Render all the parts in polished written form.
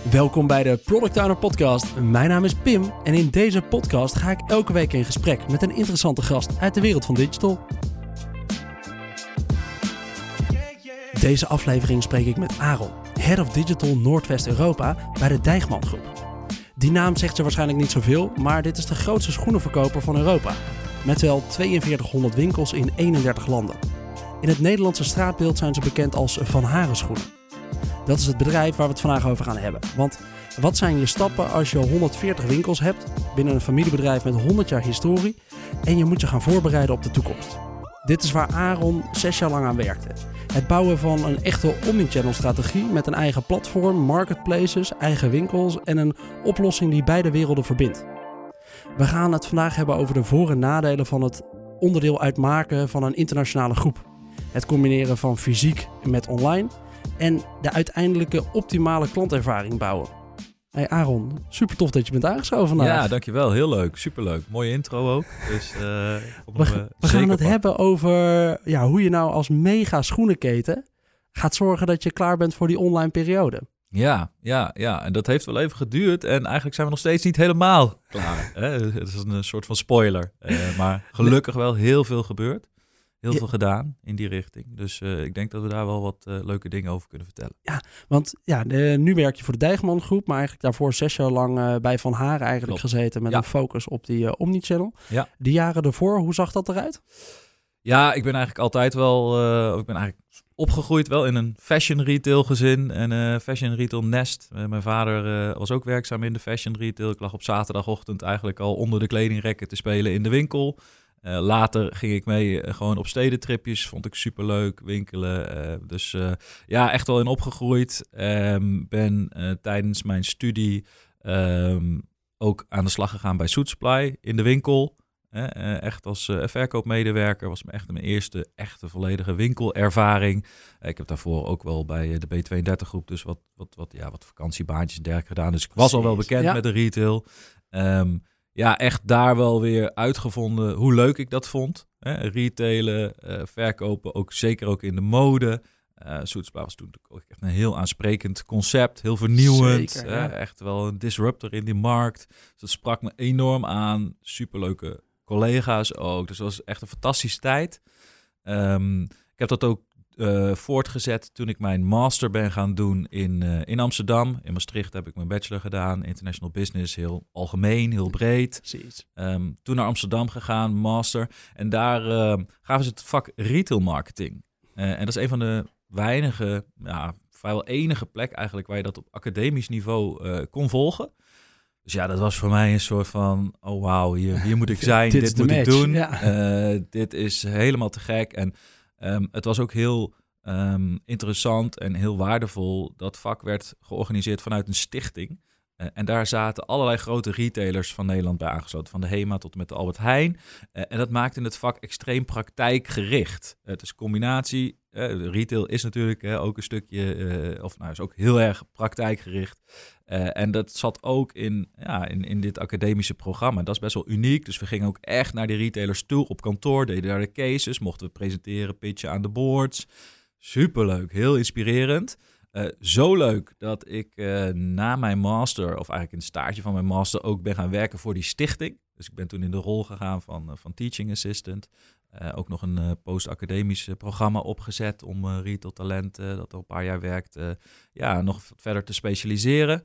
Welkom bij de Product Owner Podcast. Mijn naam is Pim en in deze podcast ga ik elke week in gesprek met een interessante gast uit de wereld van digital. Deze aflevering spreek ik met Aaron, Head of Digital Noordwest-Europa bij de Dijchmann Groep. Die naam zegt je waarschijnlijk niet zoveel, maar dit is de grootste schoenenverkoper van Europa. Met wel 4200 winkels in 31 landen. In het Nederlandse straatbeeld zijn ze bekend als Van Haren schoenen. Dat is het bedrijf waar we het vandaag over gaan hebben. Want wat zijn je stappen als je 140 winkels hebt binnen een familiebedrijf met 100 jaar historie en je moet je gaan voorbereiden op de toekomst? Dit is waar Aaron 6 jaar lang aan werkte. Het bouwen van een echte omnichannel strategie met een eigen platform, marketplaces, eigen winkels en een oplossing die beide werelden verbindt. We gaan het vandaag hebben over de voor- en nadelen van het onderdeel uitmaken van een internationale groep. Het combineren van fysiek met online en de uiteindelijke optimale klantervaring bouwen. Hey Aaron, super tof dat je bent aangeschoven vandaag. Ja, dankjewel. Heel leuk. Superleuk. Mooie intro ook. Dus, we gaan het hebben over hoe je nou als mega schoenenketen gaat zorgen dat je klaar bent voor die online periode. Ja. En dat heeft wel even geduurd en eigenlijk zijn we nog steeds niet helemaal klaar. Het is een soort van spoiler. Maar gelukkig wel heel veel gebeurd. Heel veel gedaan in die richting. Dus ik denk dat we daar wel wat leuke dingen over kunnen vertellen. Ja, want nu werk je voor de Dijchmann Groep, maar eigenlijk daarvoor 6 jaar lang bij Van Haren eigenlijk gezeten met een focus op die omnichannel. Ja. Die jaren ervoor, hoe zag dat eruit? Ja, ik ben eigenlijk altijd wel, ik ben eigenlijk opgegroeid wel in een fashion retail gezin en fashion retail nest. Mijn vader was ook werkzaam in de fashion retail. Ik lag op zaterdagochtend eigenlijk al onder de kledingrekken te spelen in de winkel. Later ging ik mee gewoon op stedentripjes. Vond ik superleuk, winkelen. Dus echt wel in opgegroeid. Ben tijdens mijn studie ook aan de slag gegaan bij Soetsupply in de winkel. Echt als verkoopmedewerker was mijn eerste echte volledige winkelervaring. Ik heb daarvoor ook wel bij de B32 groep dus wat vakantiebaantjes en dergelijke gedaan. Dus ik was al wel bekend met de retail. Echt daar wel weer uitgevonden hoe leuk ik dat vond. Retailen, verkopen, zeker ook in de mode. Soetsupply was toen ook echt een heel aansprekend concept. Heel vernieuwend. Zeker, ja. Echt wel een disruptor in die markt. Dus dat sprak me enorm aan. Superleuke collega's ook. Dus dat was echt een fantastische tijd. Ik heb dat ook voortgezet toen ik mijn master ben gaan doen in Amsterdam. In Maastricht heb ik mijn bachelor gedaan. International Business, heel algemeen, heel breed. Toen naar Amsterdam gegaan, master. En daar gaven ze het vak retail marketing. En dat is een van de weinige, vrijwel enige plek eigenlijk waar je dat op academisch niveau kon volgen. Dus ja, dat was voor mij een soort van, oh wauw, hier moet ik zijn, dit moet ik doen. Ja. Dit is helemaal te gek. En het was ook heel interessant en heel waardevol. Dat vak werd georganiseerd vanuit een stichting. En daar zaten allerlei grote retailers van Nederland bij aangesloten. Van de HEMA tot en met de Albert Heijn. En dat maakte het vak extreem praktijkgericht. Het is een combinatie. Retail is natuurlijk ook een stukje, is ook heel erg praktijkgericht. En dat zat ook in dit academische programma. Dat is best wel uniek. Dus we gingen ook echt naar die retailers toe op kantoor. Deden daar de cases, mochten we presenteren, pitchen aan de boards. Superleuk, heel inspirerend. Zo leuk dat ik na mijn master, of eigenlijk in het staartje van mijn master, ook ben gaan werken voor die stichting. Dus ik ben toen in de rol gegaan van teaching assistant. Ook nog een post-academisch programma opgezet om retail talent, dat al een paar jaar werkt, nog verder te specialiseren.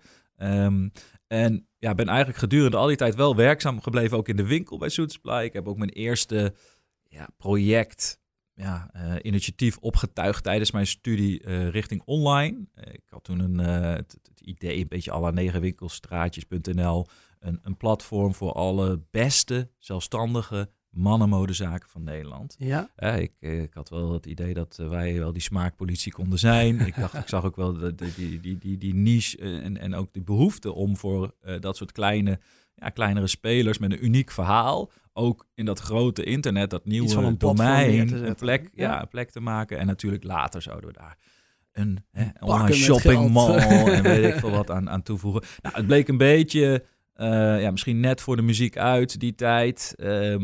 En ben eigenlijk gedurende al die tijd wel werkzaam gebleven, ook in de winkel bij Soetsupply. Ik heb ook mijn eerste project, initiatief opgetuigd tijdens mijn studie richting online. Ik had toen het idee, een beetje à la 9winkelstraatjes.nl, een platform voor alle beste zelfstandige mannenmodezaken van Nederland. Ja. Ik had wel het idee dat wij wel die smaakpolitie konden zijn. Ik zag ook wel die niche en ook die behoefte om voor dat soort kleinere spelers met een uniek verhaal, ook in dat grote internet, dat nieuwe domein, een plek te maken. En natuurlijk later zouden we daar een online shoppingmall en weet ik veel wat aan toevoegen. Nou, het bleek een beetje, misschien net voor de muziek uit die tijd.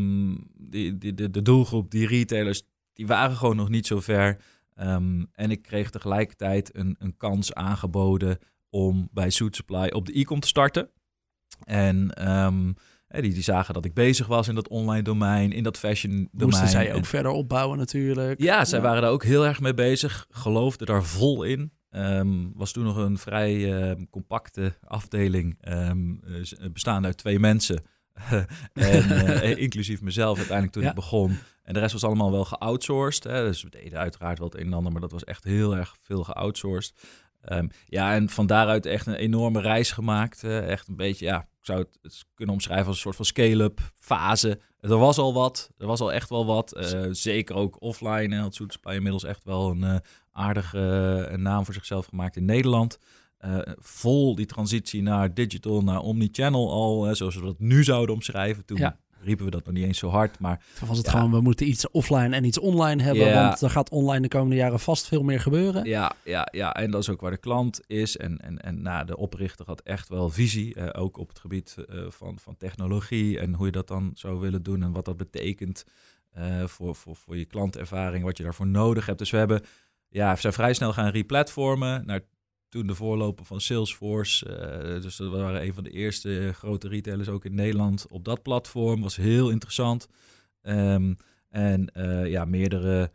De doelgroep, die retailers, die waren gewoon nog niet zo ver. En ik kreeg tegelijkertijd een kans aangeboden om bij Suit Supply op de e-com te starten. En die zagen dat ik bezig was in dat online domein, in dat fashion domein. Moesten zij ook verder opbouwen natuurlijk. Ja, zij waren daar ook heel erg mee bezig. Geloofden daar vol in. Was toen nog een vrij compacte afdeling, bestaande uit 2 mensen. Inclusief mezelf uiteindelijk toen ik begon. En de rest was allemaal wel geoutsourced. Hè. Dus we deden uiteraard wel het een en ander, maar dat was echt heel erg veel geoutsourced. En van daaruit echt een enorme reis gemaakt. Echt een beetje, ik zou het kunnen omschrijven als een soort van scale-up fase. Er was al echt wel wat. Zeker ook offline. Had Suit Supply inmiddels echt wel een aardige naam voor zichzelf gemaakt in Nederland. Vol die transitie naar digital, naar omnichannel al, zoals we dat nu zouden omschrijven. Toen riepen we dat nog niet eens zo hard, maar... Toen was het gewoon, we moeten iets offline en iets online hebben, want er gaat online de komende jaren vast veel meer gebeuren. Ja, en dat is ook waar de klant is. En de oprichter had echt wel visie, ook op het gebied van technologie en hoe je dat dan zou willen doen en wat dat betekent voor je klantervaring, wat je daarvoor nodig hebt. Dus we zijn vrij snel gaan replatformen naar toen de voorloper van Salesforce. Dus dat waren een van de eerste grote retailers ook in Nederland op dat platform. Was heel interessant. Meerdere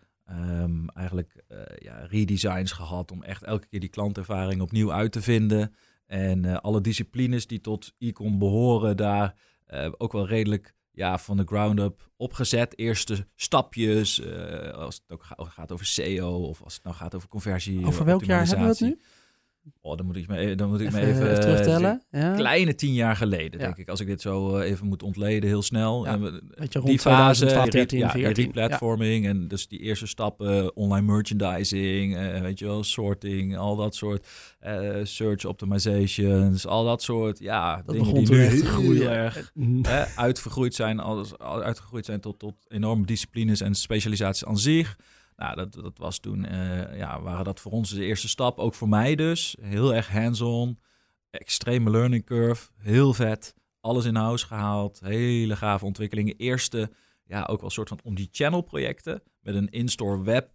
redesigns gehad om echt elke keer die klantervaring opnieuw uit te vinden. En alle disciplines die tot e-com behoren daar ook wel redelijk van de ground up opgezet. Eerste stapjes, als het ook gaat over SEO of als het nou gaat over conversie. Over welk jaar hebben we het nu? Dan moet ik me even terugtellen. Ja. Kleine 10 jaar geleden, denk ik. Als ik dit zo even moet ontleden, heel snel. Ja, die fase, 2013, die replatforming en dus die eerste stappen, online merchandising, sorting, al dat soort search optimizations, al dat soort dat dingen die nu heel erg uitgegroeid zijn tot enorme disciplines en specialisaties aan zich. Nou, dat was toen, waren dat voor ons de eerste stap. Ook voor mij dus. Heel erg hands-on. Extreme learning curve. Heel vet. Alles in house gehaald. Hele gave ontwikkelingen. Eerste, ook wel een soort van omnichannel projecten. Met een in-store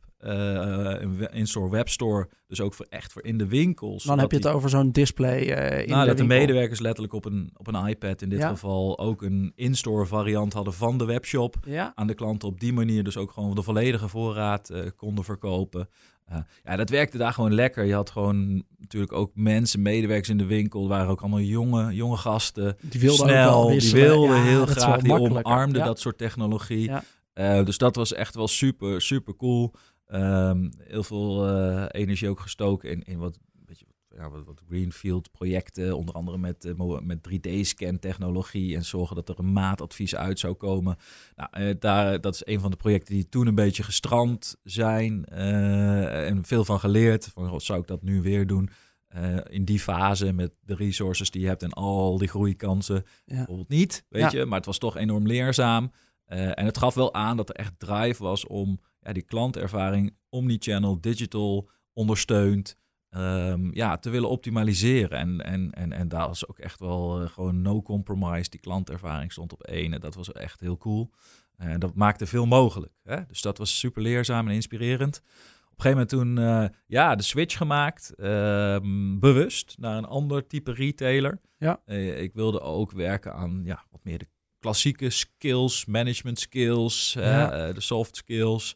in-store webstore. Dus ook voor in de winkels. Dan heb je het over zo'n display dat de medewerkers letterlijk op een iPad in dit geval ook een in-store variant hadden van de webshop. Aan de klanten op die manier dus ook gewoon de volledige voorraad konden verkopen. Dat werkte daar gewoon lekker. Je had gewoon natuurlijk ook medewerkers in de winkel. Waren ook allemaal jonge gasten. Die wilden snel, die wilden heel graag. Die omarmden dat soort technologie. Ja. Dus dat was echt wel super, super cool. Heel veel energie ook gestoken in wat greenfield projecten, onder andere met 3D-scan technologie en zorgen dat er een maatadvies uit zou komen. Dat is een van de projecten die toen een beetje gestrand zijn en veel van geleerd. Van, zou ik dat nu weer doen? In die fase met de resources die je hebt en al die groeikansen bijvoorbeeld niet, weet je. Maar het was toch enorm leerzaam. En het gaf wel aan dat er echt drive was om die klantervaring omnichannel, digital ondersteund te willen optimaliseren. En daar was ook echt wel gewoon no compromise. Die klantervaring stond op 1 en dat was echt heel cool. En dat maakte veel mogelijk. Hè? Dus dat was super leerzaam en inspirerend. Op een gegeven moment toen de switch gemaakt, bewust naar een ander type retailer. Ja. Ik wilde ook werken aan wat meer de klassieke skills, management skills, de soft skills.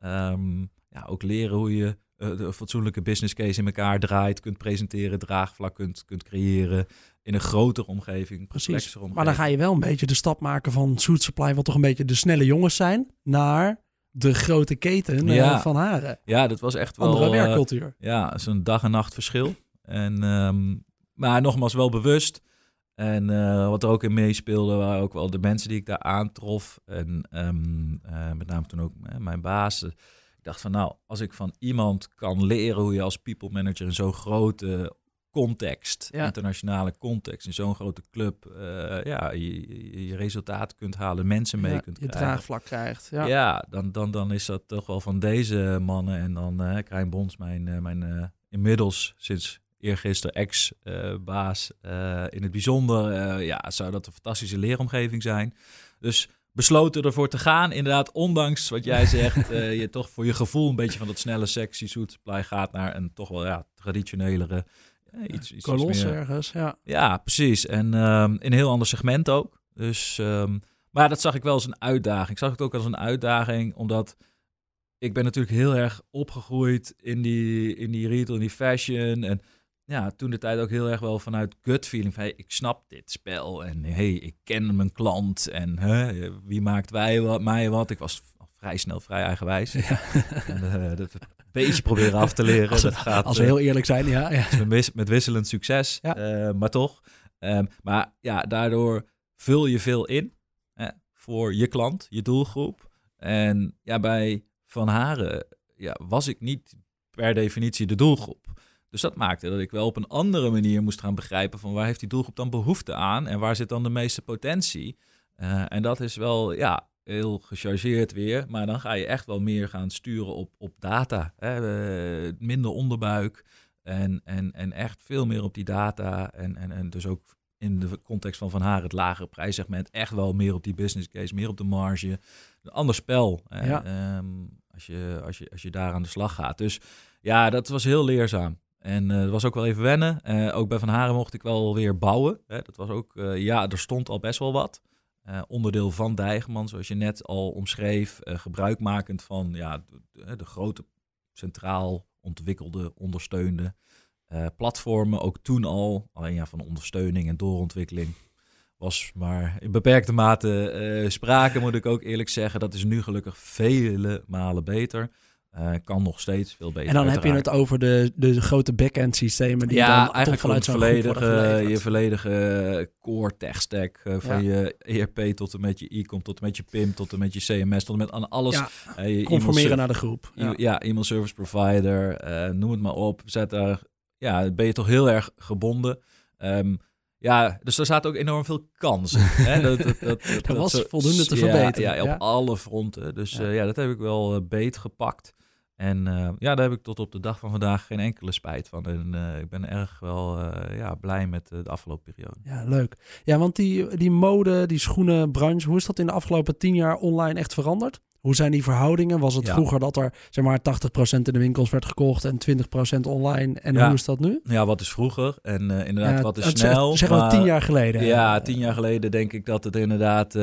Ook leren hoe je de fatsoenlijke business case in elkaar draait, kunt presenteren, draagvlak kunt creëren in een grotere omgeving. Precies, maar dan ga je wel een beetje de stap maken van Suit Supply, wat toch een beetje de snelle jongens zijn, naar de grote keten van Haren. Ja, dat was echt wel... Andere werkcultuur. Dat is een dag en nacht verschil. Maar nogmaals wel bewust. En wat er ook in meespeelde, waren ook wel de mensen die ik daar aantrof. En met name toen ook mijn baas. Ik dacht van als ik van iemand kan leren hoe je als people manager in zo'n grote context, internationale context, in zo'n grote club, je resultaat kunt halen, mensen mee kunt krijgen. Je draagvlak krijgt. Dan is dat toch wel van deze mannen. En dan Krijn Bons, mijn inmiddels sinds eergisteren ex-baas in het bijzonder, zou dat een fantastische leeromgeving zijn. Dus besloten ervoor te gaan. Inderdaad, ondanks wat jij zegt, je toch voor je gevoel een beetje van dat snelle sexy Suit Supply gaat naar een toch wel traditionelere, Iets Kolos meer ergens, ja. Ja, precies. En in een heel ander segment ook. Dus, maar dat zag ik wel als een uitdaging. Ik zag het ook als een uitdaging, omdat ik ben natuurlijk heel erg opgegroeid in die retail, in die fashion. En ja, toen de tijd ook heel erg wel vanuit gut feeling. Van, hey, ik snap dit spel en hey, ik ken mijn klant. En wie maakt mij wat? Ik was vrij snel vrij eigenwijs. Ja. En, dat een beetje proberen af te leren. Als we heel eerlijk zijn, ja. Met wisselend succes, maar toch. Maar ja, daardoor vul je veel in voor je klant, je doelgroep. En ja, bij Van Haren was ik niet per definitie de doelgroep. Dus dat maakte dat ik wel op een andere manier moest gaan begrijpen van waar heeft die doelgroep dan behoefte aan en waar zit dan de meeste potentie. En dat is wel, heel gechargeerd weer, maar dan ga je echt wel meer gaan sturen op data. Minder onderbuik en echt veel meer op die data. En dus ook in de context van Haren het lagere prijssegment echt wel meer op die business case, meer op de marge. Een ander spel als je daar aan de slag gaat. Dus ja, dat was heel leerzaam. En het was ook wel even wennen. Ook bij Van Haren mocht ik wel weer bouwen. Dat was ook, er stond al best wel wat. Onderdeel van Dijkman, zoals je net al omschreef, gebruikmakend van de grote centraal ontwikkelde, ondersteunde platformen. Ook toen al, alleen van ondersteuning en doorontwikkeling was maar in beperkte mate sprake, moet ik ook eerlijk zeggen. Dat is nu gelukkig vele malen beter. Kan nog steeds veel beter. En dan heb je het over de grote back-end systemen die dan eigenlijk vanuit zo'n groep worden geleverd. Je volledige core tech stack van je ERP tot en met je e-com, tot en met je PIM, tot en met je CMS, tot en met alles. Ja, conformeren naar de groep. E-mail service provider, noem het maar op. Ben je toch heel erg gebonden. Dus daar zaten ook enorm veel kansen. Dat was voldoende te verbeteren. Ja, op alle fronten. Dus dat heb ik wel beetgepakt. En daar heb ik tot op de dag van vandaag geen enkele spijt van. En ik ben erg wel blij met de afgelopen periode. Ja, leuk. Ja, want die mode, die schoenenbranche, hoe is dat in de afgelopen 10 jaar online echt veranderd? Hoe zijn die verhoudingen? Was het vroeger dat er 80% in de winkels werd gekocht en 20% online? En hoe is dat nu? Ja, wat is vroeger? En inderdaad, wat is snel? Zeg maar 10 jaar geleden. Ja, 10 jaar geleden denk ik dat het inderdaad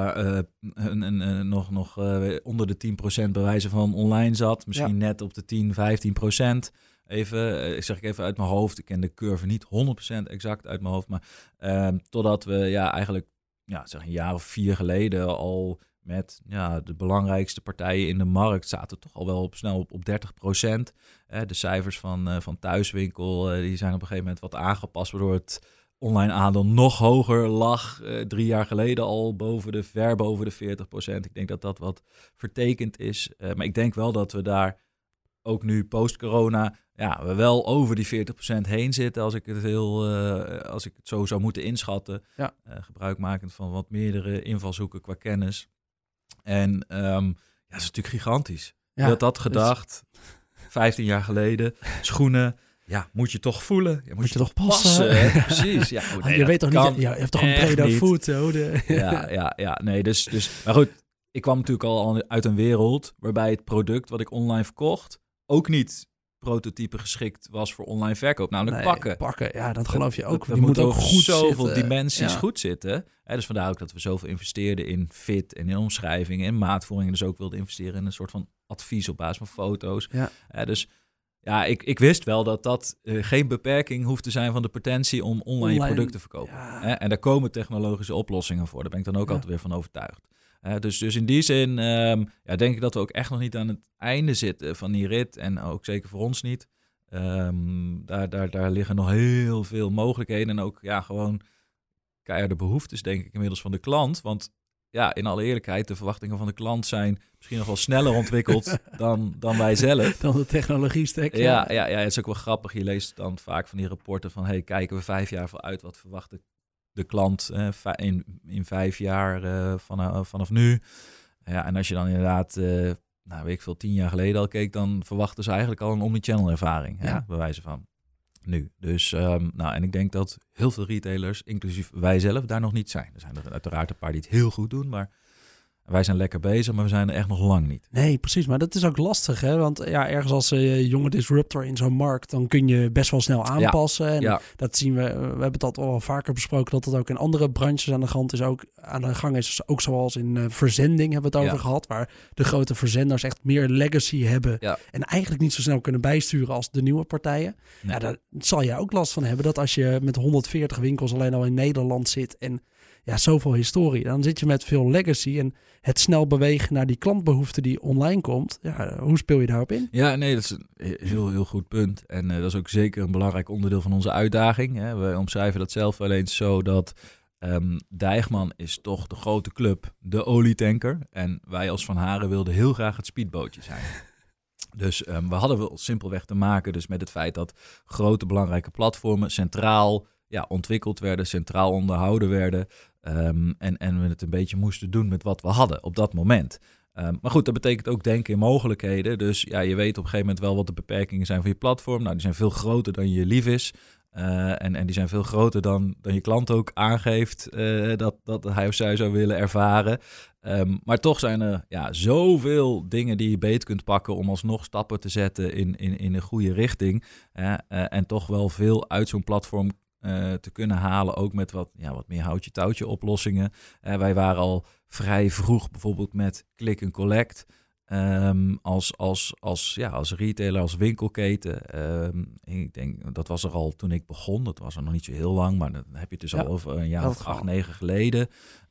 nog onder de 10% bij wijze van online zat. Misschien net op de 10-15%. Zeg ik even uit mijn hoofd. Ik ken de curve niet 100% exact uit mijn hoofd. Maar totdat we eigenlijk zeg een jaar of 4 geleden al met de belangrijkste partijen in de markt zaten toch al wel snel op 30%. De cijfers van Thuiswinkel die zijn op een gegeven moment wat aangepast, waardoor het online aandeel nog hoger lag. 3 jaar geleden al ver boven de 40%. Ik denk dat dat wat vertekend is. Maar ik denk wel dat we daar ook nu post-corona we wel over die 40% heen zitten. Als ik het zo zou moeten inschatten. Ja. Gebruikmakend van wat meerdere invalshoeken qua kennis. En dat is natuurlijk gigantisch. Ja, dat gedacht, 15 jaar geleden. Schoenen, moet je toch voelen. Moet je toch passen. Precies. Ja, goed, je weet toch niet, je hebt toch een brede voet. Nee, dus. Maar goed, ik kwam natuurlijk al uit een wereld waarbij het product wat ik online verkocht ook niet prototype geschikt was voor online verkoop. Namelijk pakken. Dat geloof je ook. Die moet ook goed zoveel dimensies goed zitten. Dus vandaar ook dat we zoveel investeerden in fit en in omschrijving en maatvoering. En dus ook wilden investeren in een soort van advies op basis van foto's. Ja. Dus ik wist wel dat geen beperking hoeft te zijn van de potentie om online je product te verkopen. Ja. En daar komen technologische oplossingen voor. Daar ben ik dan ook altijd weer van overtuigd. Dus in die zin denk ik dat we ook echt nog niet aan het einde zitten van die rit. En ook zeker voor ons niet. Daar liggen nog heel veel mogelijkheden. En ook gewoon keiharde behoeftes, denk ik, inmiddels van de klant. Want in alle eerlijkheid, de verwachtingen van de klant zijn misschien nog wel sneller ontwikkeld dan wij zelf. Dan de technologie stack. Ja, het is ook wel grappig. Je leest dan vaak van die rapporten van, kijken we 5 jaar vooruit, wat verwacht de klant in 5 jaar vanaf nu. En als je dan inderdaad, 10 jaar geleden al keek, dan verwachten ze eigenlijk al een omnichannel ervaring, bij wijze van nu. Dus, en ik denk dat heel veel retailers, inclusief wij zelf, daar nog niet zijn. Er zijn er uiteraard een paar die het heel goed doen, maar Wij zijn lekker bezig, maar we zijn er echt nog lang niet. Nee, precies. Maar dat is ook lastig, hè? Want ja, ergens als jonge disruptor in zo'n markt, dan kun je best wel snel aanpassen. En dat zien we. We hebben het al vaker besproken dat het ook in andere branches aan de gang is. Ook zoals in verzending hebben we het over gehad, waar de grote verzenders echt meer legacy hebben en eigenlijk niet zo snel kunnen bijsturen als de nieuwe partijen. Nee. Ja, daar zal jij ook last van hebben dat als je met 140 winkels alleen al in Nederland zit en zoveel historie, dan zit je met veel legacy en het snel bewegen naar die klantbehoefte die online komt. Ja, hoe speel je daarop in? Ja, nee, dat is een heel, heel goed punt. En dat is ook zeker een belangrijk onderdeel van onze uitdaging. Hè. We omschrijven dat zelf wel eens zo dat Dijchmann is toch de grote club, de olietanker. En wij als Van Haren wilden heel graag het speedbootje zijn. Dus we hadden wel simpelweg te maken dus met het feit dat grote belangrijke platformen centraal ontwikkeld werden, centraal onderhouden werden. En we het een beetje moesten doen met wat we hadden op dat moment. Maar goed, dat betekent ook denken in mogelijkheden. Dus je weet op een gegeven moment wel wat de beperkingen zijn van je platform. Nou, die zijn veel groter dan je lief is. En die zijn veel groter dan je klant ook aangeeft dat hij of zij zou willen ervaren. Maar toch zijn er zoveel dingen die je beet kunt pakken om alsnog stappen te zetten in een goede richting. En toch wel veel uit zo'n platform te kunnen halen, ook met wat meer houtje-touwtje oplossingen. Wij waren al vrij vroeg bijvoorbeeld met click and collect. Als retailer, als winkelketen. Ik denk, dat was er al toen ik begon. Dat was er nog niet zo heel lang, maar dan heb je het dus al over een jaar of 8, 9 geleden.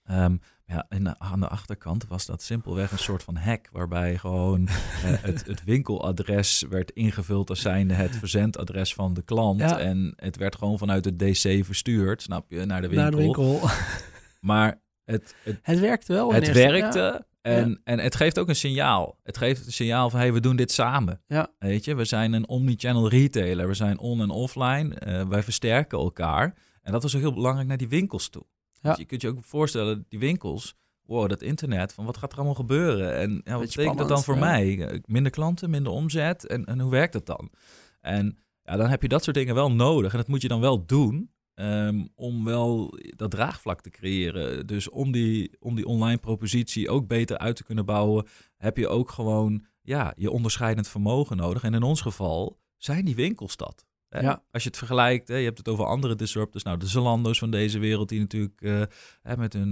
En aan de achterkant was dat simpelweg een soort van hack, waarbij gewoon het winkeladres werd ingevuld als zijnde het verzendadres van de klant. Ja. En het werd gewoon vanuit het DC verstuurd, snap je, naar de winkel. Maar het werkte wel. Het werkte. Ja. En het geeft ook een signaal. Het geeft een signaal van, hey, we doen dit samen. Ja. Weet je, we zijn een omnichannel retailer. We zijn on- en offline. Wij versterken elkaar. En dat was ook heel belangrijk naar die winkels toe. Ja. Dus je kunt je ook voorstellen, die winkels, dat internet, van wat gaat er allemaal gebeuren? En wat betekent dat dan voor mij? Minder klanten, minder omzet. En hoe werkt dat dan? En dan heb je dat soort dingen wel nodig. En dat moet je dan wel doen. Om wel dat draagvlak te creëren. Dus om die online propositie ook beter uit te kunnen bouwen, heb je ook gewoon je onderscheidend vermogen nodig. En in ons geval zijn die winkels dat. Ja. Als je het vergelijkt, je hebt het over andere disruptors. Nou, de Zalando's van deze wereld die natuurlijk met hun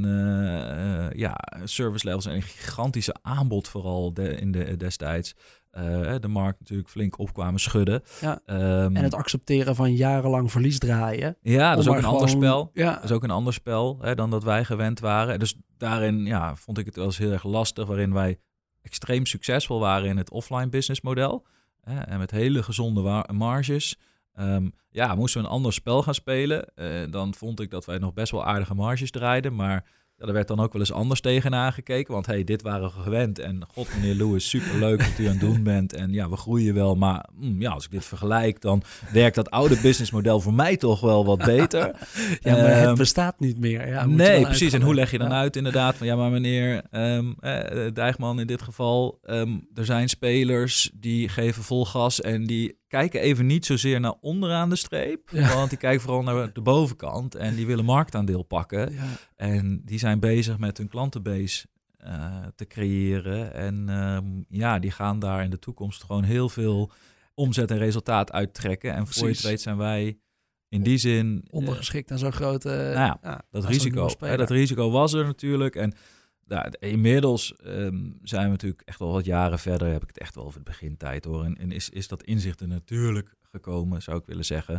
service levels en een gigantische aanbod vooral destijds de markt natuurlijk flink opkwamen schudden. Ja. En het accepteren van jarenlang verlies draaien. Ja, dat is ook een ander spel. Ja. Dat is ook een ander spel dan dat wij gewend waren. Dus daarin vond ik het wel eens heel erg lastig, waarin wij extreem succesvol waren in het offline businessmodel. En met hele gezonde marges. Moesten we een ander spel gaan spelen. Dan vond ik dat wij nog best wel aardige marges draaiden. Maar er werd dan ook wel eens anders tegenaan gekeken. Want dit waren we gewend. En god, meneer Lewis, superleuk wat u aan het doen bent. En we groeien wel. Maar als ik dit vergelijk, dan werkt dat oude businessmodel voor mij toch wel wat beter. Maar het bestaat niet meer. Ja, nee, precies. En hoe leg je dan uit inderdaad van, maar meneer Dijchmann in dit geval, er zijn spelers die geven vol gas en die kijken even niet zozeer naar onderaan de streep, want die kijken vooral naar de bovenkant en die willen marktaandeel pakken. Ja. En die zijn bezig met hun klantenbase te creëren. En die gaan daar in de toekomst gewoon heel veel omzet en resultaat uittrekken. En voor je het weet zijn wij in die zin ondergeschikt aan zo'n grote dat risico. Dat risico was er natuurlijk. En inmiddels zijn we natuurlijk echt wel wat jaren verder. Heb ik het echt wel over de begintijd hoor. En is dat inzicht er natuurlijk gekomen, zou ik willen zeggen.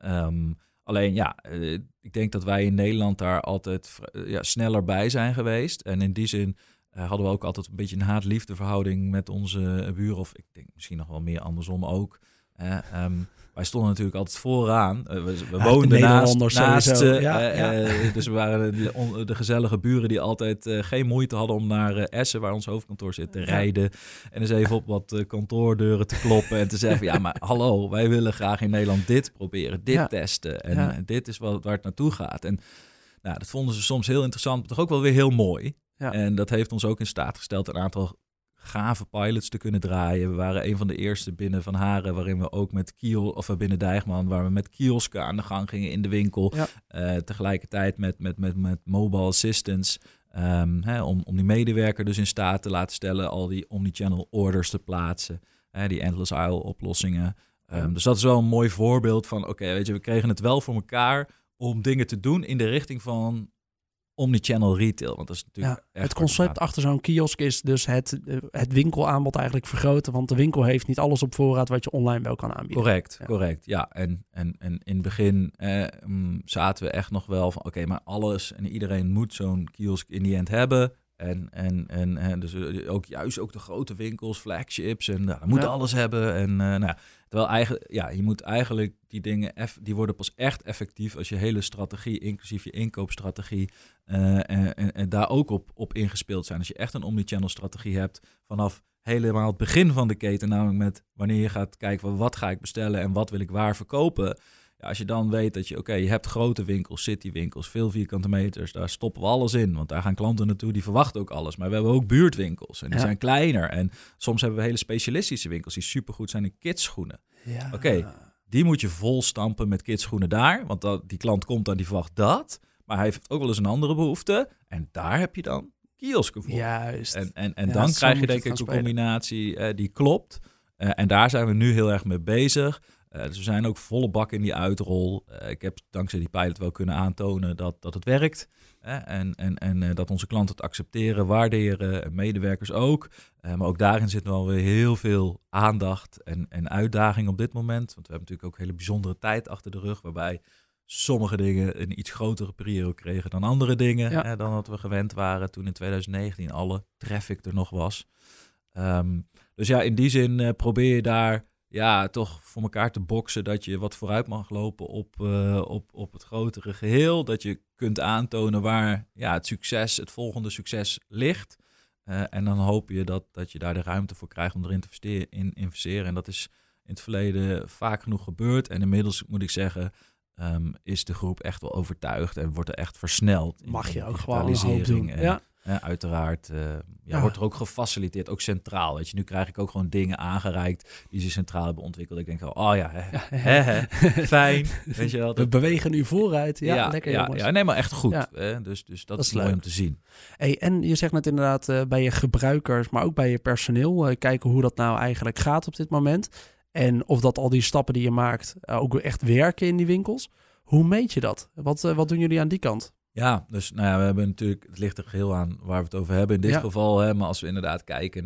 Alleen ik denk dat wij in Nederland daar altijd sneller bij zijn geweest. En in die zin hadden we ook altijd een beetje een haat-liefde verhouding met onze buren. Of ik denk misschien nog wel meer andersom ook. Wij stonden natuurlijk altijd vooraan. We woonden naast ze. Dus we waren de gezellige buren die altijd geen moeite hadden om naar Essen, waar ons hoofdkantoor zit, te rijden. En eens even op wat kantoordeuren te kloppen en te zeggen, maar hallo, wij willen graag in Nederland dit proberen, dit testen. En dit is waar het naartoe gaat. En dat vonden ze soms heel interessant, maar toch ook wel weer heel mooi. Ja. En dat heeft ons ook in staat gesteld een aantal gave pilots te kunnen draaien. We waren een van de eerste binnen Van Haren, waarin we ook met binnen Dijchmann, waar we met kiosken aan de gang gingen in de winkel. Ja. Tegelijkertijd met mobile assistants. Om die medewerker dus in staat te laten stellen al die omnichannel orders te plaatsen. Die endless aisle oplossingen. Dus dat is wel een mooi voorbeeld van, weet je, we kregen het wel voor elkaar om dingen te doen in de richting van omnichannel retail. Want dat is natuurlijk het concept achter zo'n kiosk is dus het winkelaanbod eigenlijk vergroten. Want de winkel heeft niet alles op voorraad wat je online wel kan aanbieden. Correct. Ja, en in het begin zaten we echt nog wel van, maar alles en iedereen moet zo'n kiosk in die end hebben. En dus ook de grote winkels, flagships en dat moet alles hebben. En terwijl eigenlijk, je moet eigenlijk die dingen, die worden pas echt effectief als je hele strategie, inclusief je inkoopstrategie, en daar ook op ingespeeld zijn. Als je echt een omnichannel strategie hebt vanaf helemaal het begin van de keten, namelijk met wanneer je gaat kijken wat ga ik bestellen en wat wil ik waar verkopen. Ja, als je dan weet dat je hebt grote winkels, citywinkels, veel vierkante meters, daar stoppen we alles in. Want daar gaan klanten naartoe, die verwachten ook alles. Maar we hebben ook buurtwinkels en die zijn kleiner. En soms hebben we hele specialistische winkels die supergoed zijn in kidsschoenen. Ja. Die moet je vol stampen met kidsschoenen daar. Want die klant komt dan, die verwacht dat. Maar hij heeft ook wel eens een andere behoefte. En daar heb je dan kiosken voor. Juist. En dan krijg je denk ik een combinatie die klopt. En daar zijn we nu heel erg mee bezig. Dus we zijn ook volle bak in die uitrol. Ik heb dankzij die pilot wel kunnen aantonen dat het werkt. En dat onze klanten het accepteren, waarderen, en medewerkers ook. Maar ook daarin zit wel weer heel veel aandacht en uitdaging op dit moment. Want we hebben natuurlijk ook een hele bijzondere tijd achter de rug, waarbij sommige dingen een iets grotere prio kregen dan andere dingen. Dan wat we gewend waren toen in 2019 alle traffic er nog was. Dus in die zin probeer je daar toch voor elkaar te boksen dat je wat vooruit mag lopen op het grotere geheel. Dat je kunt aantonen waar het volgende succes ligt. En dan hoop je dat je daar de ruimte voor krijgt om erin te investeren. En dat is in het verleden vaak genoeg gebeurd. En inmiddels moet ik zeggen, is de groep echt wel overtuigd en wordt er echt versneld. Mag je ook gewoon een hoop doen. Uiteraard wordt er ook gefaciliteerd, ook centraal. Weet je, nu krijg ik ook gewoon dingen aangereikt die ze centraal hebben ontwikkeld. Ik denk fijn. Weet je wel, we bewegen nu vooruit. Lekker jongens. Ja, nee, maar echt goed. Dus dat is mooi om te zien. Hey, en je zegt net inderdaad bij je gebruikers, maar ook bij je personeel, kijken hoe dat nou eigenlijk gaat op dit moment. En of dat al die stappen die je maakt ook echt werken in die winkels. Hoe meet je dat? Wat doen jullie aan die kant? Ja, dus we hebben natuurlijk, het ligt er geheel aan waar we het over hebben in dit geval. Maar als we inderdaad kijken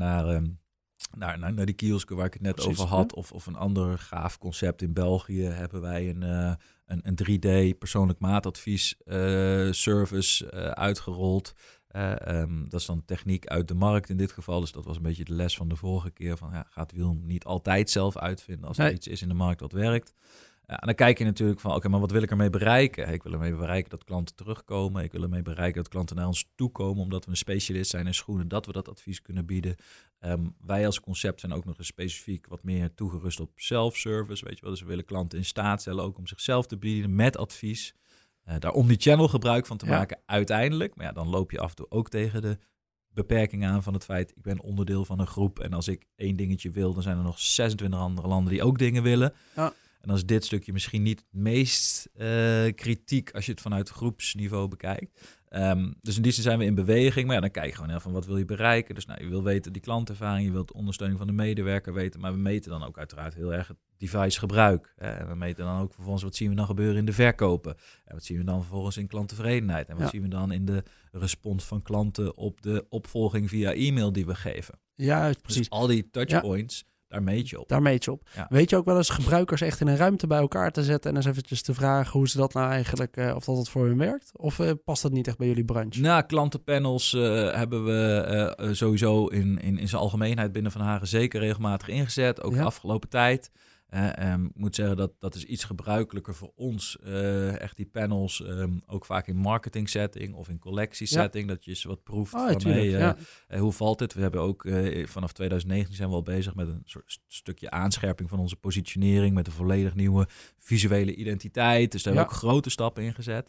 naar die kiosken waar ik het net over had, of een ander gaaf concept in België, hebben wij een 3D persoonlijk maatadvies service uitgerold. Dat is dan techniek uit de markt in dit geval. Dus dat was een beetje de les van de vorige keer. Van gaat wiel niet altijd zelf uitvinden als er iets is in de markt wat werkt. En dan kijk je natuurlijk van, maar wat wil ik ermee bereiken? Ik wil ermee bereiken dat klanten terugkomen. Ik wil ermee bereiken dat klanten naar ons toe komen, omdat we een specialist zijn in schoenen, dat we dat advies kunnen bieden. Wij als concept zijn ook nog eens specifiek wat meer toegerust op self-service. Weet je wel? Dus we willen klanten in staat stellen ook om zichzelf te bieden met advies. Daar omnichannel gebruik van te maken uiteindelijk. Maar dan loop je af en toe ook tegen de beperking aan van het feit, ik ben onderdeel van een groep. En als ik 1 dingetje wil, dan zijn er nog 26 andere landen die ook dingen willen. Ja. En dan is dit stukje misschien niet het meest kritiek als je het vanuit groepsniveau bekijkt. Dus in die zin zijn we in beweging. Maar dan kijk je gewoon van wat wil je bereiken. Dus je wil weten die klantervaring, je wilt de ondersteuning van de medewerker weten. Maar we meten dan ook uiteraard heel erg het devicegebruik. En we meten dan ook vervolgens wat zien we dan gebeuren in de verkopen. En wat zien we dan vervolgens in klanttevredenheid. En wat zien we dan in de respons van klanten op de opvolging via e-mail die we geven. Ja, precies. Dus al die touchpoints. Daar meet je op. Ja. Weet je ook wel eens gebruikers echt in een ruimte bij elkaar te zetten en eens eventjes te vragen hoe ze dat nou eigenlijk, of dat het voor hun werkt? Of past dat niet echt bij jullie branche? Klantenpanels hebben we sowieso in zijn algemeenheid binnen Van Hagen zeker regelmatig ingezet. Ook de afgelopen tijd. Ik moet zeggen dat is iets gebruikelijker voor ons. Echt die panels, ook vaak in marketing setting of in collectie setting. Dat je eens wat proeft van hoe valt het? We hebben ook vanaf 2019 zijn we al bezig met een soort stukje aanscherping van onze positionering. Met een volledig nieuwe visuele identiteit. Dus daar hebben we ook grote stappen in gezet.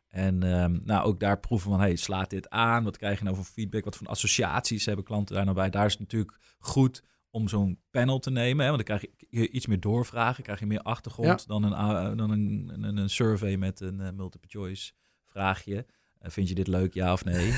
En ook daar proeven van, slaat dit aan? Wat krijg je nou voor feedback? Wat voor associaties hebben klanten daar nou bij? Daar is het natuurlijk goed om zo'n panel te nemen. Want dan krijg je iets meer doorvragen. Krijg je meer achtergrond dan een survey met een multiple choice vraagje. Vind je dit leuk, ja of nee?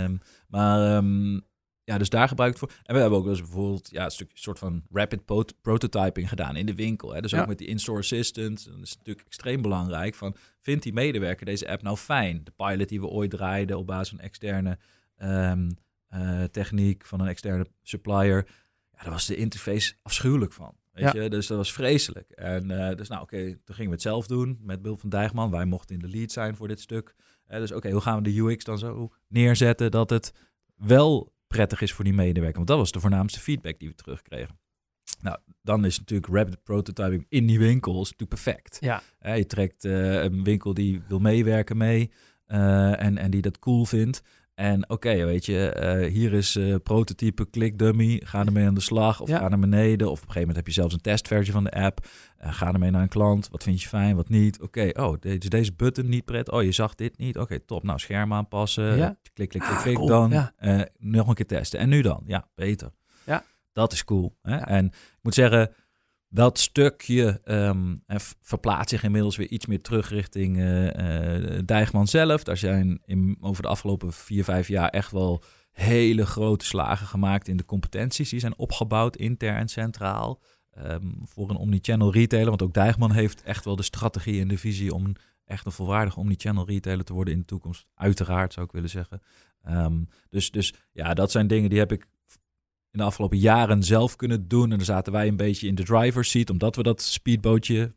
Dus daar gebruik ik het voor. En we hebben ook wel eens bijvoorbeeld een soort van rapid prototyping gedaan in de winkel. Hè? Dus ook met die in-store assistant. Dat is natuurlijk extreem belangrijk. Vindt die medewerker deze app nou fijn? De pilot die we ooit draaiden op basis van externe techniek van een externe supplier. Ja, daar was de interface afschuwelijk van. Weet je? Dus dat was vreselijk. En toen gingen we het zelf doen met Bill van Dijkman. Wij mochten in de lead zijn voor dit stuk. Dus hoe gaan we de UX dan zo neerzetten dat het wel prettig is voor die medewerker? Want dat was de voornaamste feedback die we terugkregen. Nou, dan is natuurlijk rapid prototyping in die winkels natuurlijk perfect. Ja. Je trekt een winkel die wil meewerken mee en die dat cool vindt. En weet je, hier is prototype, klik dummy, ga ermee aan de slag of ga naar beneden. Of op een gegeven moment heb je zelfs een testversie van de app. Ga ermee naar een klant, wat vind je fijn, wat niet. Deze button niet prettig. Je zag dit niet. Top, nou scherm aanpassen. Ja. Klik, cool. Dan nog een keer testen. En nu dan? Ja, beter. Ja. Dat is cool. Hè? Ja. En ik moet zeggen, dat stukje verplaatst zich inmiddels weer iets meer terug richting Dijkman zelf. Daar zijn over de afgelopen 4-5 jaar echt wel hele grote slagen gemaakt in de competenties. Die zijn opgebouwd intern en centraal voor een omnichannel retailer. Want ook Dijkman heeft echt wel de strategie en de visie om echt een volwaardige omnichannel retailer te worden in de toekomst. Uiteraard zou ik willen zeggen. Dus dat zijn dingen die heb ik in de afgelopen jaren zelf kunnen doen. En dan zaten wij een beetje in de driver's seat, omdat we dat speedbootje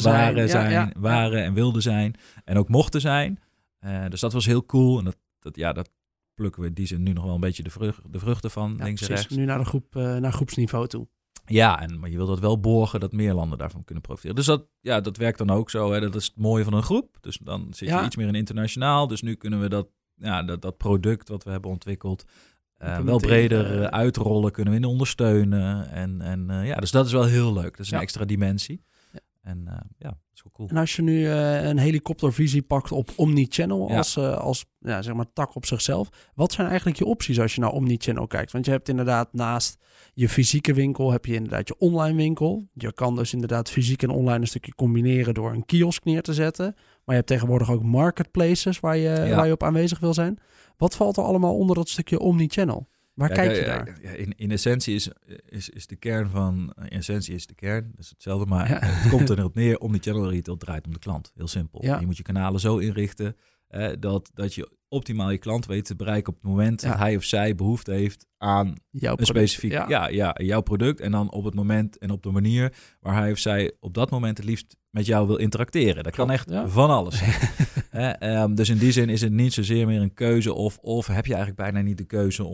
waren en wilden zijn. En ook mochten zijn. Dus dat was heel cool. En dat plukken we in die zin nu nog wel een beetje de vruchten van, links en rechts. Nu naar groepsniveau toe. Ja, maar je wil dat wel borgen dat meer landen daarvan kunnen profiteren. Dus dat werkt dan ook zo. Hè. Dat is het mooie van een groep. Dus dan zit je iets meer in internationaal. Dus nu kunnen we dat product wat we hebben ontwikkeld wel breder uitrollen, kunnen we in ondersteunen. Dus dat is wel heel leuk. Dat is een extra dimensie. Ja. En dat is wel cool. En als je nu een helikoptervisie pakt op omnichannel als zeg maar tak op zichzelf, wat zijn eigenlijk je opties als je naar omnichannel kijkt? Want je hebt inderdaad naast je fysieke winkel heb je inderdaad je online winkel. Je kan dus inderdaad fysiek en online een stukje combineren door een kiosk neer te zetten. Maar je hebt tegenwoordig ook marketplaces waar je op aanwezig wil zijn. Wat valt er allemaal onder dat stukje omnichannel? Waar kijk je daar? In essentie is de kern van... In essentie is de kern, dat is hetzelfde, maar het komt erop neer. Omnichannel retail draait om de klant. Heel simpel. Ja. Je moet je kanalen zo inrichten dat je optimaal je klant weet te bereiken op het moment dat hij of zij behoefte heeft aan jouw een specifiek jouw product. En dan op het moment en op de manier waar hij of zij op dat moment het liefst met jou wil interacteren. Dat kan echt van alles zijn. Dus in die zin is het niet zozeer meer een keuze of heb je eigenlijk bijna niet de keuze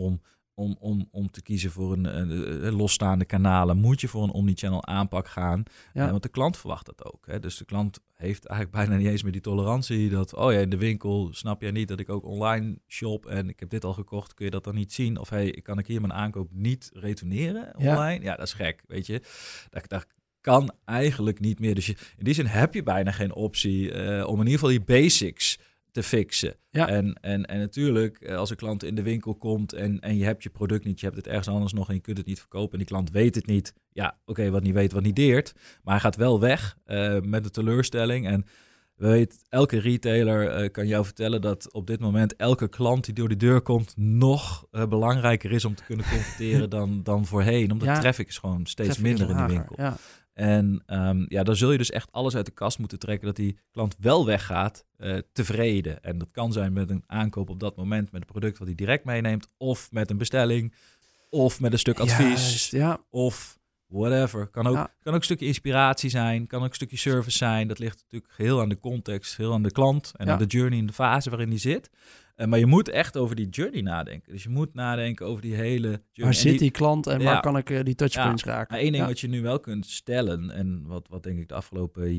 om te kiezen voor een losstaande kanalen. Moet je voor een omnichannel aanpak gaan. Want de klant verwacht dat ook. Hè. Dus de klant heeft eigenlijk bijna niet eens meer die tolerantie dat, in de winkel snap jij niet dat ik ook online shop en ik heb dit al gekocht, kun je dat dan niet zien? Of kan ik hier mijn aankoop niet retourneren online? Ja, dat is gek, weet je. Dat kan eigenlijk niet meer. Dus in die zin heb je bijna geen optie om in ieder geval die basics te fixen. Ja. En natuurlijk, als een klant in de winkel komt en je hebt je product niet, je hebt het ergens anders nog en je kunt het niet verkopen en die klant weet het niet. Ja, wat niet weet, wat niet deert. Maar hij gaat wel weg met de teleurstelling. En elke retailer kan jou vertellen dat op dit moment elke klant die door de deur komt nog belangrijker is om te kunnen converteren dan voorheen. Omdat traffic is gewoon steeds minder in die winkel. Ja. En dan zul je dus echt alles uit de kast moeten trekken dat die klant wel weggaat tevreden. En dat kan zijn met een aankoop op dat moment met een product wat hij direct meeneemt, of met een bestelling, of met een stuk advies, of whatever. Kan ook een stukje inspiratie zijn, kan ook een stukje service zijn. Dat ligt natuurlijk heel aan de context, heel aan de klant en aan de journey in de fase waarin die zit. Maar je moet echt over die journey nadenken. Dus je moet nadenken over die hele journey. Waar zit die klant en waar kan ik die touchpoints raken? Maar één ding wat je nu wel kunt stellen, en wat denk ik de afgelopen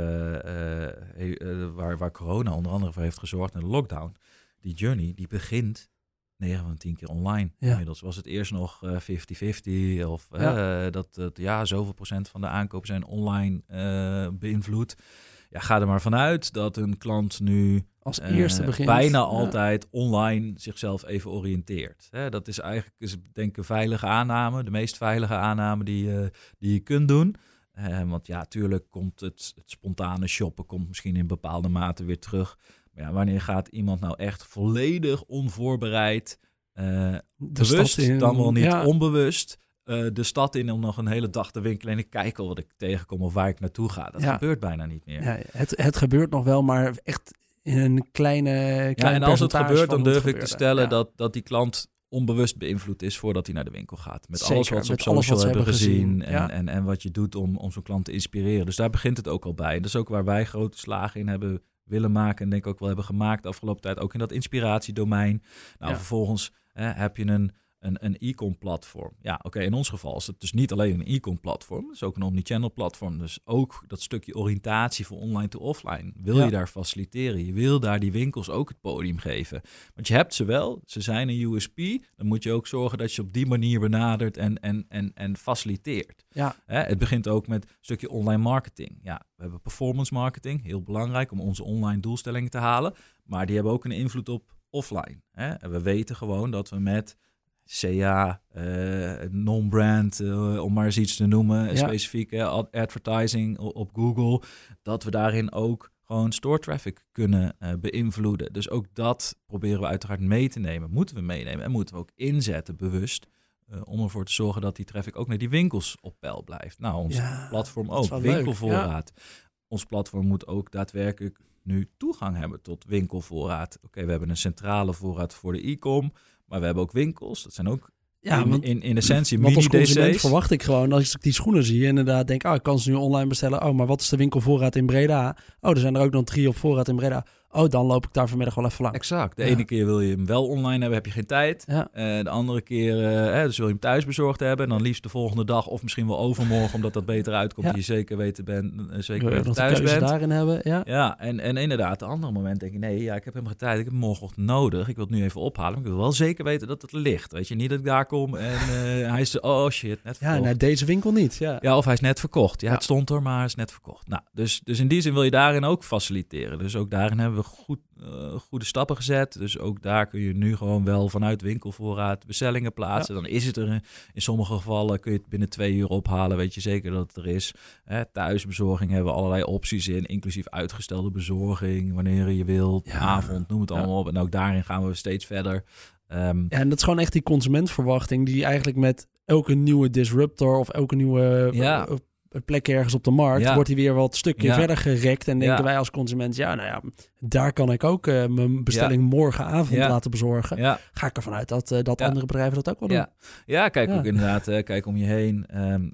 jaren, waar corona onder andere voor heeft gezorgd en de lockdown, die journey, die begint 9 van 10 keer online. Ja. Inmiddels was het eerst nog 50-50 of zoveel procent van de aankopen zijn online beïnvloed. Ja, ga er maar vanuit dat een klant nu als eerste begint bijna altijd online zichzelf even oriënteert. Dat is eigenlijk, denk ik, een veilige aanname. De meest veilige aanname die je kunt doen. Want tuurlijk komt het spontane shoppen komt misschien in bepaalde mate weer terug. Maar ja, wanneer gaat iemand nou echt volledig onvoorbereid, bewust, stad in, dan wel niet onbewust, de stad in om nog een hele dag te winkelen en ik kijk al wat ik tegenkom of waar ik naartoe ga. Dat gebeurt bijna niet meer. Ja, het gebeurt nog wel, maar echt in een kleine en als het gebeurt, dan durf ik te stellen dat die klant onbewust beïnvloed is voordat hij naar de winkel gaat. Met alles wat ze op social hebben gezien. En wat je doet om zo'n klant te inspireren. Dus daar begint het ook al bij. Dat is ook waar wij grote slagen in hebben willen maken en denk ik ook wel hebben gemaakt de afgelopen tijd. Ook in dat inspiratiedomein. Nou, vervolgens heb je een e-com platform. Ja, oké, in ons geval is het dus niet alleen een e-com platform. Het is ook een omnichannel platform. Dus ook dat stukje oriëntatie van online to offline wil je daar faciliteren. Je wil daar die winkels ook het podium geven. Want je hebt ze wel, ze zijn een USP. Dan moet je ook zorgen dat je op die manier benadert en faciliteert. Ja. Het begint ook met een stukje online marketing. Ja, we hebben performance marketing, heel belangrijk om onze online doelstellingen te halen. Maar die hebben ook een invloed op offline. En we weten gewoon dat we met CA, non-brand, om maar eens iets te noemen, specifiek advertising op Google, dat we daarin ook gewoon store traffic kunnen beïnvloeden. Dus ook dat proberen we uiteraard mee te nemen, moeten we meenemen en moeten we ook inzetten bewust om ervoor te zorgen dat die traffic ook naar die winkels op peil blijft. Nou, ons platform ook, winkelvoorraad. Ons platform moet ook daadwerkelijk nu toegang hebben tot winkelvoorraad. Oké, we hebben een centrale voorraad voor de e-com, maar we hebben ook winkels. Dat zijn ook in essentie mini-DC's. Want als consument verwacht ik gewoon, als ik die schoenen zie, inderdaad denk, ik kan ze nu online bestellen. Maar wat is de winkelvoorraad in Breda? Er zijn er ook dan 3 op voorraad in Breda. Dan loop ik daar vanmiddag wel even langs. Exact. De ene keer wil je hem wel online hebben, heb je geen tijd. Ja. De andere keer dus wil je hem thuis bezorgd hebben. En dan liefst de volgende dag of misschien wel overmorgen, omdat dat beter uitkomt. Ja. Je zeker weten thuis bent. Daarin hebben. Ja, en inderdaad, de andere moment denk je, nee, ik heb hem geen tijd. Ik heb hem morgenochtend nodig. Ik wil het nu even ophalen. Maar ik wil wel zeker weten dat het ligt. Weet je, niet dat ik daar kom en hij is oh shit, net verkocht. Ja, naar deze winkel niet. Ja, of hij is net verkocht. Ja, het stond er, maar hij is net verkocht. Nou, dus in die zin wil je daarin ook faciliteren. Dus ook daarin hebben we goede stappen gezet. Dus ook daar kun je nu gewoon wel vanuit winkelvoorraad bestellingen plaatsen. Dan is het er in sommige gevallen, kun je het binnen 2 uur ophalen. Weet je zeker dat het er is. Thuisbezorging hebben we allerlei opties in, inclusief uitgestelde bezorging, wanneer je wilt, avond, noem het allemaal op. En ook daarin gaan we steeds verder. En dat is gewoon echt die consumentverwachting die eigenlijk met elke nieuwe disruptor of elke nieuwe plek ergens op de markt, wordt hij weer wat stukje verder gerekt. En denken wij als consument, daar kan ik ook mijn bestelling morgenavond laten bezorgen. Ja. Ga ik ervan uit dat andere bedrijven dat ook wel doen. Ja, kijk ook inderdaad, kijk om je heen.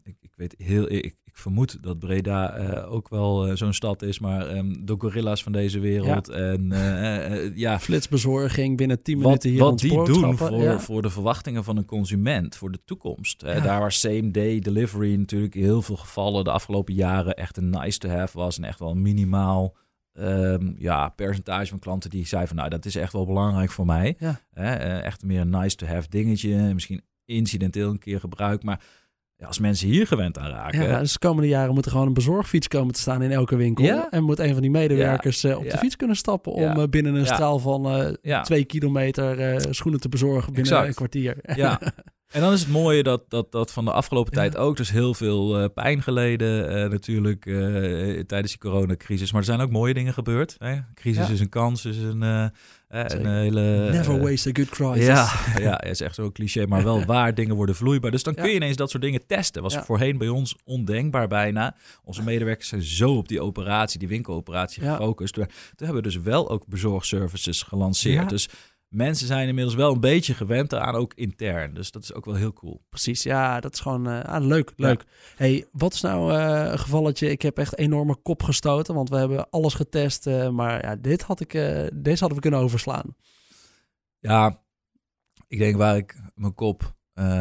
Ik vermoed dat Breda ook wel zo'n stad is, maar de gorilla's van deze wereld flitsbezorging binnen 10 minuten hier wat die doen voor de verwachtingen van een consument, voor de toekomst. Daar waar same-day delivery natuurlijk in heel veel gevallen de afgelopen jaren echt een nice-to-have was en echt wel een minimaal percentage van klanten die zei van dat is echt wel belangrijk voor mij. Ja. Echt meer een nice-to-have dingetje, misschien incidenteel een keer gebruik, maar als mensen hier gewend aan raken. Dus de komende jaren moet er gewoon een bezorgfiets komen te staan in elke winkel. Ja. En moet een van die medewerkers op de fiets kunnen stappen om binnen een straal van 2 kilometer schoenen te bezorgen binnen een kwartier. Ja. En dan is het mooie dat van de afgelopen tijd ook dus heel veel pijn geleden natuurlijk tijdens die coronacrisis. Maar er zijn ook mooie dingen gebeurd. Crisis is een kans, is een hele... Never waste a good crisis. Ja, is echt zo'n cliché, maar wel waar dingen worden vloeibaar. Dus dan kun je ineens dat soort dingen testen. Was voorheen bij ons ondenkbaar bijna. Onze medewerkers zijn zo op die operatie, die winkeloperatie gefocust. Toen hebben we dus wel ook bezorgservices gelanceerd. Ja. Dus mensen zijn inmiddels wel een beetje gewend aan, ook intern. Dus dat is ook wel heel cool. Precies, dat is gewoon leuk. Ja. Hey, wat is nou een gevalletje? Ik heb echt enorme kop gestoten, want we hebben alles getest. Maar deze hadden we kunnen overslaan. Ja, ik denk waar ik mijn kop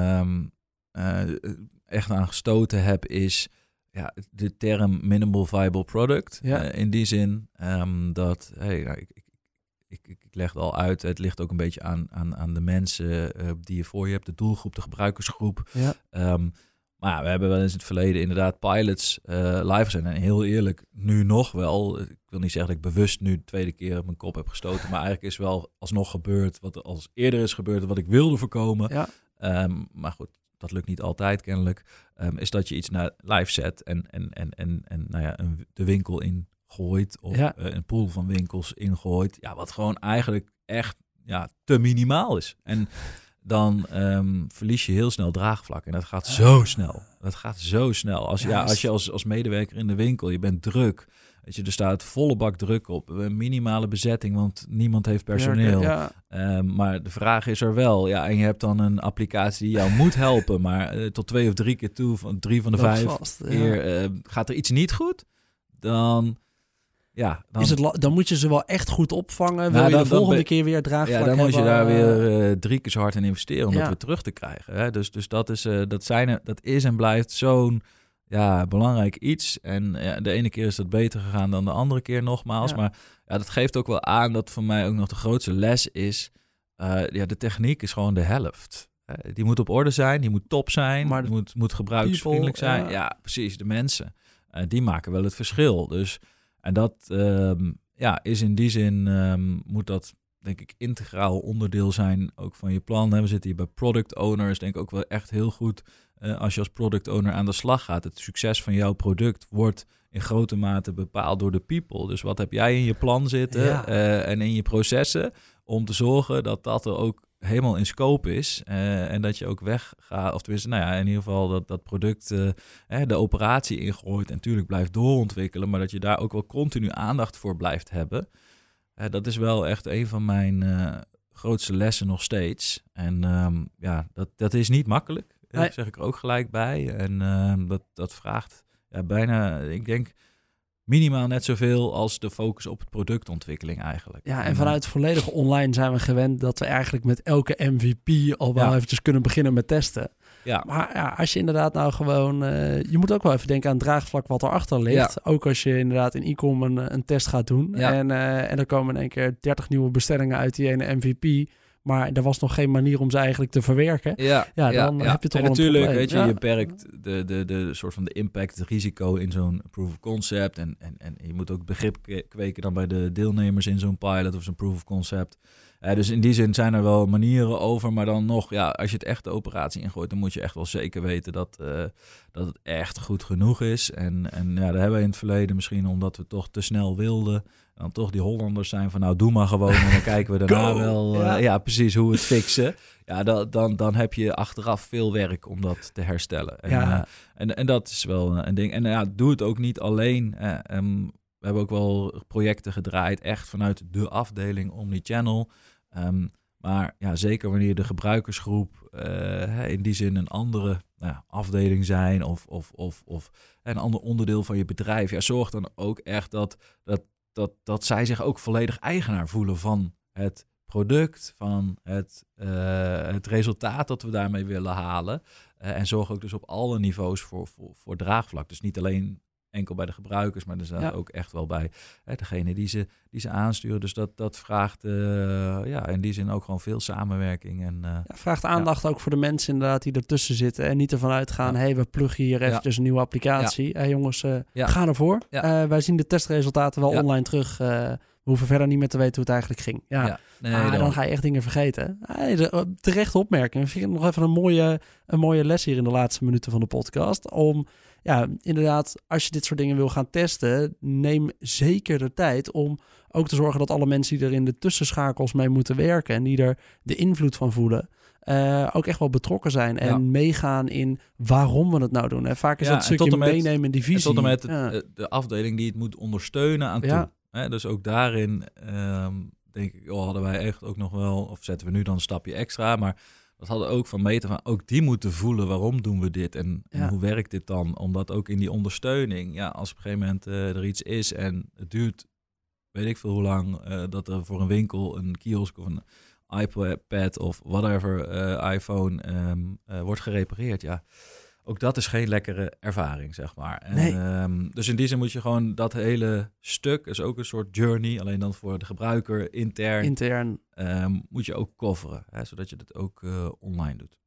echt aan gestoten heb, is de term minimal viable product. In die zin dat... Ik leg het al uit, het ligt ook een beetje aan de mensen die je voor je hebt, de doelgroep, de gebruikersgroep. Ja. Maar we hebben wel eens in het verleden inderdaad pilots live zijn. En heel eerlijk, nu nog wel. Ik wil niet zeggen dat ik bewust nu de tweede keer op mijn kop heb gestoten. Maar eigenlijk is wel alsnog gebeurd wat als eerder is gebeurd, wat ik wilde voorkomen. Ja. Maar goed, dat lukt niet altijd kennelijk. Is dat je iets naar live zet en de winkel in gooit of een pool van winkels ingooit. Ja, wat gewoon eigenlijk echt te minimaal is. En dan verlies je heel snel draagvlak. En dat gaat zo snel. Dat gaat zo snel. Als je als medewerker in de winkel, je bent druk. Weet je, er staat volle bak druk op. Een minimale bezetting, want niemand heeft personeel. Maar de vraag is er wel. Ja, en je hebt dan een applicatie die jou moet helpen. Maar tot 2 of 3 keer toe, van 3 van de 5 keer, gaat er iets niet goed, dan dan moet je ze wel echt goed opvangen. Wil je de volgende keer weer draagvlak hebben? Dan moet je daar weer 3 keer zo hard in investeren om dat weer terug te krijgen. Hè? Dus dat is en blijft zo'n belangrijk iets. En de ene keer is dat beter gegaan dan de andere keer nogmaals. Maar dat geeft ook wel aan dat voor mij ook nog de grootste les is. De techniek is gewoon de helft. Die moet op orde zijn, die moet top zijn, maar die moet gebruiksvriendelijk zijn. Ja, precies, de mensen. Die maken wel het verschil. Dus... En dat is in die zin, moet dat denk ik integraal onderdeel zijn ook van je plan. We zitten hier bij product owners, denk ik ook wel echt heel goed als je als product owner aan de slag gaat. Het succes van jouw product wordt in grote mate bepaald door de people. Dus wat heb jij in je plan zitten en in je processen om te zorgen dat dat er ook helemaal in scope is en dat je ook weggaat, of tenminste, in ieder geval dat product de operatie ingooit en natuurlijk blijft doorontwikkelen, maar dat je daar ook wel continu aandacht voor blijft hebben. Dat is wel echt een van mijn grootste lessen nog steeds. En dat is niet makkelijk, zeg ik er ook gelijk bij. En dat vraagt bijna, ik denk, minimaal net zoveel als de focus op het productontwikkeling eigenlijk. Ja, en vanuit volledig online zijn we gewend dat we eigenlijk met elke MVP al wel eventjes kunnen beginnen met testen. Ja. Maar als je inderdaad nou gewoon... je moet ook wel even denken aan het draagvlak wat erachter ligt. Ja. Ook als je inderdaad in e-com een test gaat doen. Ja. En er komen in één keer 30 nieuwe bestellingen uit die ene MVP... Maar er was nog geen manier om ze eigenlijk te verwerken. Dan heb je toch wel een probleem. Natuurlijk, weet je, je beperkt de soort van de impact, het risico in zo'n proof of concept. En je moet ook begrip kweken dan bij de deelnemers in zo'n pilot of zo'n proof of concept. Dus in die zin zijn er wel manieren over. Maar dan nog, als je het echt de operatie ingooit, dan moet je echt wel zeker weten dat het echt goed genoeg is. En daar hebben we in het verleden misschien, omdat we toch te snel wilden, dan toch die Hollanders zijn van, nou, doe maar gewoon. En dan kijken we daarna wel, precies, hoe we het fixen. Ja, dan heb je achteraf veel werk om dat te herstellen. En dat is wel een ding. En doe het ook niet alleen. We hebben ook wel projecten gedraaid, echt vanuit de afdeling Omnichannel. Maar zeker wanneer de gebruikersgroep in die zin een andere afdeling zijn of een ander onderdeel van je bedrijf. Ja, zorg dan ook echt dat zij zich ook volledig eigenaar voelen van het product, van het resultaat dat we daarmee willen halen. En zorg ook dus op alle niveaus voor draagvlak. Dus niet alleen enkel bij de gebruikers, maar er zijn ook echt wel bij degene die ze aansturen. Dus dat vraagt in die zin ook gewoon veel samenwerking. En vraagt aandacht ook voor de mensen inderdaad die ertussen zitten en niet ervan uitgaan, we pluggen hier eventjes een nieuwe applicatie. Jongens, ga ervoor. Wij zien de testresultaten wel online terug. We hoeven verder niet meer te weten hoe het eigenlijk ging. Dan ga je echt dingen vergeten. Terechte opmerking. Ik vind nog even een mooie les hier in de laatste minuten van de podcast. Om, inderdaad, als je dit soort dingen wil gaan testen, neem zeker de tijd om ook te zorgen dat alle mensen die er in de tussenschakels mee moeten werken en die er de invloed van voelen, ook echt wel betrokken zijn en meegaan in waarom we het nou doen. Vaak is dat een stukje meenemen in die visie. En tot en met de afdeling die het moet ondersteunen aan toe. Dus ook daarin denk ik, hadden wij echt ook nog wel, of zetten we nu dan een stapje extra, maar dat hadden ook van meten van, ook die moeten voelen waarom doen we dit en hoe werkt dit dan? Omdat ook in die ondersteuning, als op een gegeven moment er iets is en het duurt, weet ik veel hoe lang, dat er voor een winkel, een kiosk of een iPad of whatever, iPhone wordt gerepareerd, ook dat is geen lekkere ervaring, zeg maar. En, dus in die zin moet je gewoon dat hele stuk, is ook een soort journey, alleen dan voor de gebruiker, intern moet je ook coveren, zodat je dat ook online doet.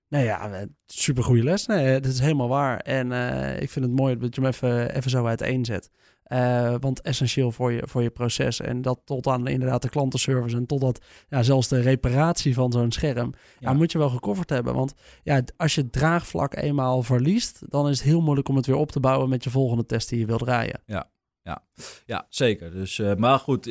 Super goede les. Dat is helemaal waar. En ik vind het mooi dat je hem even zo uiteenzet. Want essentieel voor je proces en dat tot aan inderdaad de klantenservice en totdat zelfs de reparatie van zo'n scherm, moet je wel gecoverd hebben. Want als je het draagvlak eenmaal verliest, dan is het heel moeilijk om het weer op te bouwen met je volgende test die je wilt draaien. Ja, zeker. Dus, maar goed,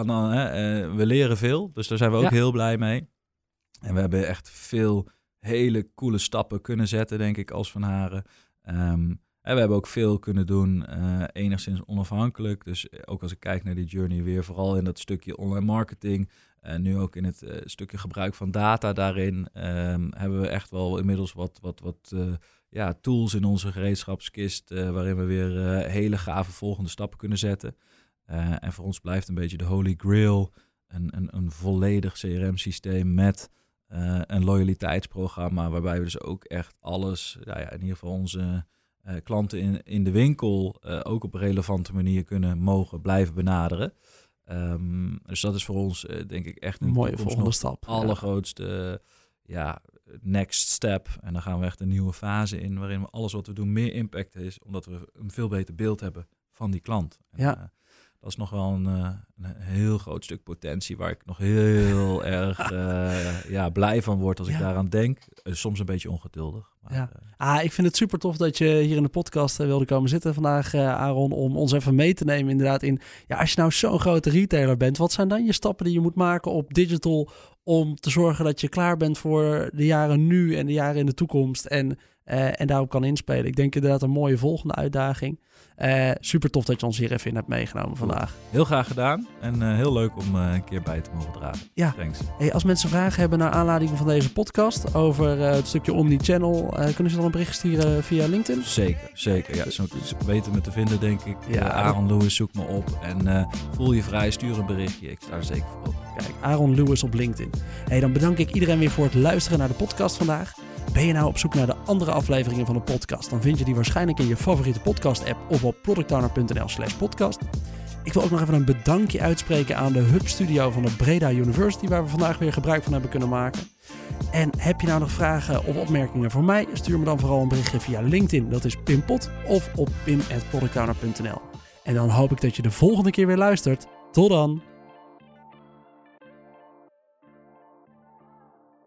we leren veel. Dus daar zijn we ook heel blij mee. En we hebben echt veel hele coole stappen kunnen zetten, denk ik, als Van Haren. En we hebben ook veel kunnen doen, enigszins onafhankelijk. Dus ook als ik kijk naar die journey weer, vooral in dat stukje online marketing. Nu ook in het stukje gebruik van data daarin. Hebben we echt wel inmiddels wat tools in onze gereedschapskist. Waarin we weer hele gave volgende stappen kunnen zetten. En voor ons blijft een beetje de holy grail. Een volledig CRM-systeem met een loyaliteitsprogramma. Waarbij we dus ook echt alles, in ieder geval onze klanten in de winkel ook op een relevante manier mogen blijven benaderen. Dus dat is voor ons denk ik echt een mooie volgende stap. Allergrootste next step. En dan gaan we echt een nieuwe fase in waarin we alles wat we doen meer impact is, omdat we een veel beter beeld hebben van die klant. En, dat is nog wel een heel groot stuk potentie waar ik nog heel erg blij van word als ik daaraan denk. Soms een beetje ongeduldig. Maar, ik vind het super tof dat je hier in de podcast wilde komen zitten vandaag, Aaron, om ons even mee te nemen inderdaad in, als je nou zo'n grote retailer bent, wat zijn dan je stappen die je moet maken op digital om te zorgen dat je klaar bent voor de jaren nu en de jaren in de toekomst en daarop kan inspelen. Ik denk inderdaad een mooie volgende uitdaging. Super tof dat je ons hier even in hebt meegenomen vandaag. Heel graag gedaan en heel leuk om een keer bij te mogen dragen. Ja. Thanks. Hey, als mensen vragen hebben naar aanleiding van deze podcast over het stukje Omnichannel, kunnen ze dan een bericht sturen via LinkedIn? Zeker. Ja, ze weten me te vinden, denk ik. Aaron Lewis, zoek me op en voel je vrij, stuur een berichtje. Ik sta er zeker voor open. Kijk, Aaron Lewis op LinkedIn. Hey, dan bedank ik iedereen weer voor het luisteren naar de podcast vandaag. Ben je nou op zoek naar de andere afleveringen van de podcast? Dan vind je die waarschijnlijk in je favoriete podcast-app of op productowner.nl/podcast. Ik wil ook nog even een bedankje uitspreken aan de Hub Studio van de Breda University, waar we vandaag weer gebruik van hebben kunnen maken. En heb je nou nog vragen of opmerkingen voor mij? Stuur me dan vooral een berichtje via LinkedIn, dat is Pim Pot, of op pim@productowner.nl. En dan hoop ik dat je de volgende keer weer luistert. Tot dan!